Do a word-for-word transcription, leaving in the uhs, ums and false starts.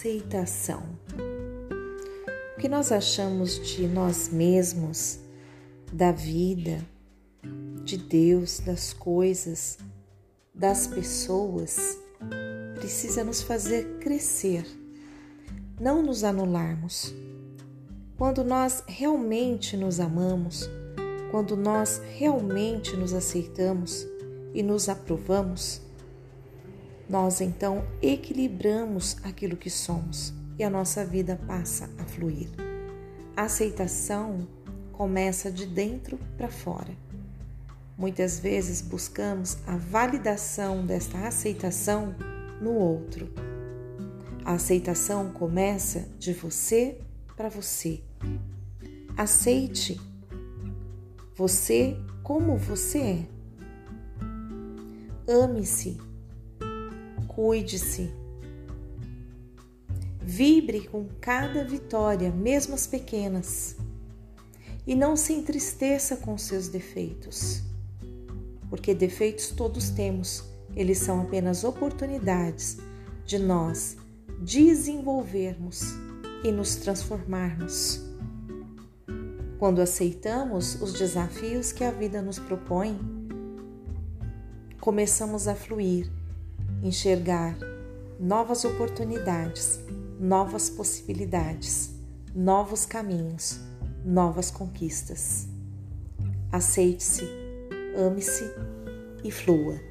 aceitação. O que nós achamos de nós mesmos, da vida, de Deus, das coisas, das pessoas, precisa nos fazer crescer, não nos anularmos. Quando nós realmente nos amamos, quando nós realmente nos aceitamos e nos aprovamos, nós então equilibramos aquilo que somos e a nossa vida passa a fluir. A aceitação começa de dentro para fora. Muitas vezes buscamos a validação desta aceitação no outro. A aceitação começa de você para você. Aceite você como você é. Ame-se. Cuide-se. Vibre com cada vitória, mesmo as pequenas. E não se entristeça com seus defeitos. Porque defeitos todos temos. Eles são apenas oportunidades de nós desenvolvermos e nos transformarmos. Quando aceitamos os desafios que a vida nos propõe, começamos a fluir, enxergar novas oportunidades, novas possibilidades, novos caminhos, novas conquistas. Aceite-se, ame-se e flua.